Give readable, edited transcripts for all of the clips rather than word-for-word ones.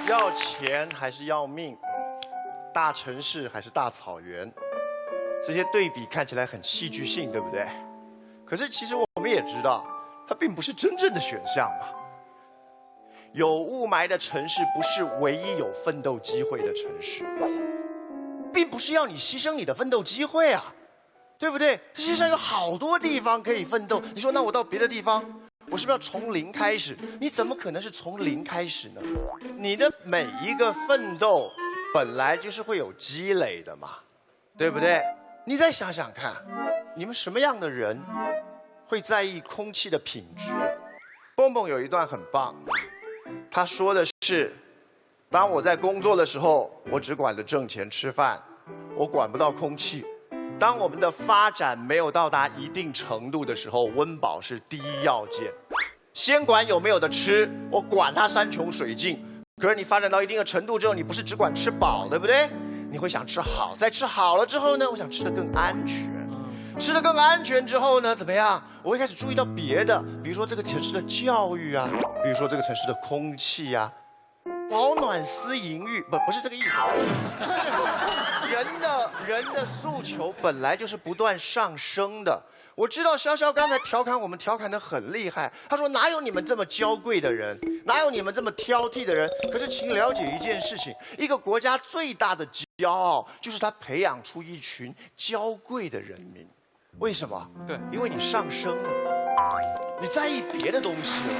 要钱还是要命？大城市还是大草原？这些对比看起来很戏剧性，对不对？可是其实我们也知道，它并不是真正的选项嘛。有雾霾的城市不是唯一有奋斗机会的城市，并不是要你牺牲你的奋斗机会啊，对不对？世界上有好多地方可以奋斗。你说，那我到别的地方，我是不是要从零开始？你怎么可能是从零开始呢？你的每一个奋斗本来就是会有积累的嘛，对不对？你再想想看，你们什么样的人会在意空气的品质？蹦蹦有一段很棒，他说的是：当我在工作的时候，我只管着挣钱吃饭，我管不到空气。当我们的发展没有到达一定程度的时候，温饱是第一要件。先管有没有的吃，我管它山穷水尽。可是你发展到一定的程度之后，你不是只管吃饱，对不对？你会想吃好，在吃好了之后呢，我想吃得更安全。吃得更安全之后呢，怎么样？我会开始注意到别的，比如说这个城市的教育啊，比如说这个城市的空气啊，保暖思淫欲，不是这个意思。人的诉求本来就是不断上升的。我知道潇潇刚才调侃我们，调侃得很厉害。他说哪有你们这么娇贵的人，哪有你们这么挑剔的人？可是请了解一件事情，一个国家最大的骄傲就是他培养出一群娇贵的人民。为什么？对，因为你上升了，你在意别的东西了。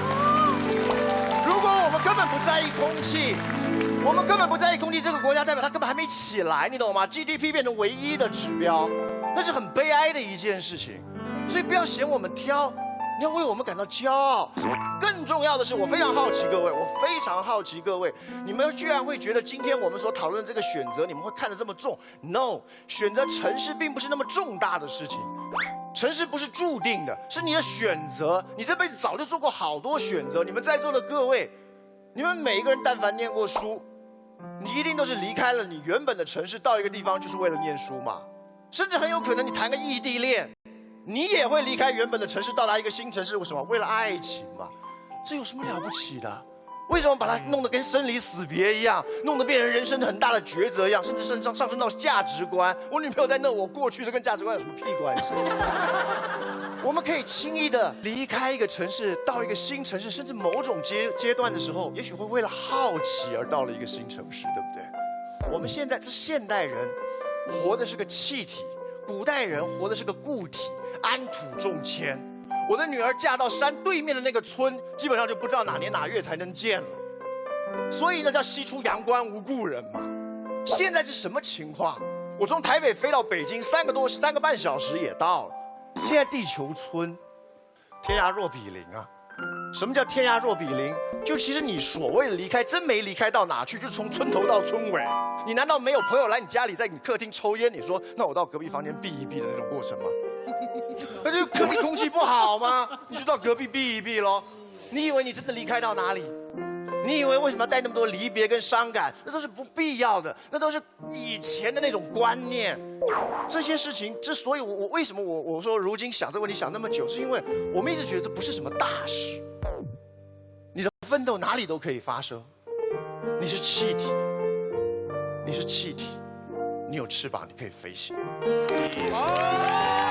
如果我们根本不在意空气，我们根本不在意空气，这个国家代表它根本还没起来，你懂吗 ？GDP 变成唯一的指标，那是很悲哀的一件事情。所以不要嫌我们挑，你要为我们感到骄傲。更重要的是，我非常好奇各位，你们居然会觉得今天我们所讨论的这个选择，你们会看得这么重 ？No， 选择城市并不是那么重大的事情。城市不是注定的，是你的选择。你这辈子早就做过好多选择。你们在座的各位，你们每一个人但凡念过书，你一定都是离开了你原本的城市，到一个地方就是为了念书嘛。甚至很有可能你谈个异地恋，你也会离开原本的城市，到达一个新城市。为什么？为了爱情嘛。这有什么了不起的？为什么把它弄得跟生离死别一样，弄得变成人生很大的抉择一样，甚至上升到价值观？我女朋友在那，我过去，这跟价值观有什么屁关系？我们可以轻易的离开一个城市，到一个新城市，甚至某种阶段的时候，也许会为了好奇而到了一个新城市，对不对？我们现在这现代人活的是个气体，古代人活的是个固体，安土重迁。我的女儿嫁到山对面的那个村，基本上就不知道哪年哪月才能见了。所以呢，叫西出阳关无故人嘛。现在是什么情况？我从台北飞到北京3个半小时也到了。现在地球村，天涯若比邻啊！什么叫天涯若比邻？就其实你所谓的离开，真没离开到哪去，就是从村头到村尾。你难道没有朋友来你家里，在你客厅抽烟？你说那我到隔壁房间避一避的那种过程吗？那就客厅空气不好吗？你就到隔壁避一避咯。你以为你真的离开到哪里？你以为为什么要带那么多离别跟伤感？那都是不必要的，那都是以前的那种观念。这些事情之所以我为什么我说如今想这个问题想那么久，是因为我们一直觉得这不是什么大事。你的奋斗哪里都可以发生。你是气体，你是气体，你有翅膀，你可以飞行。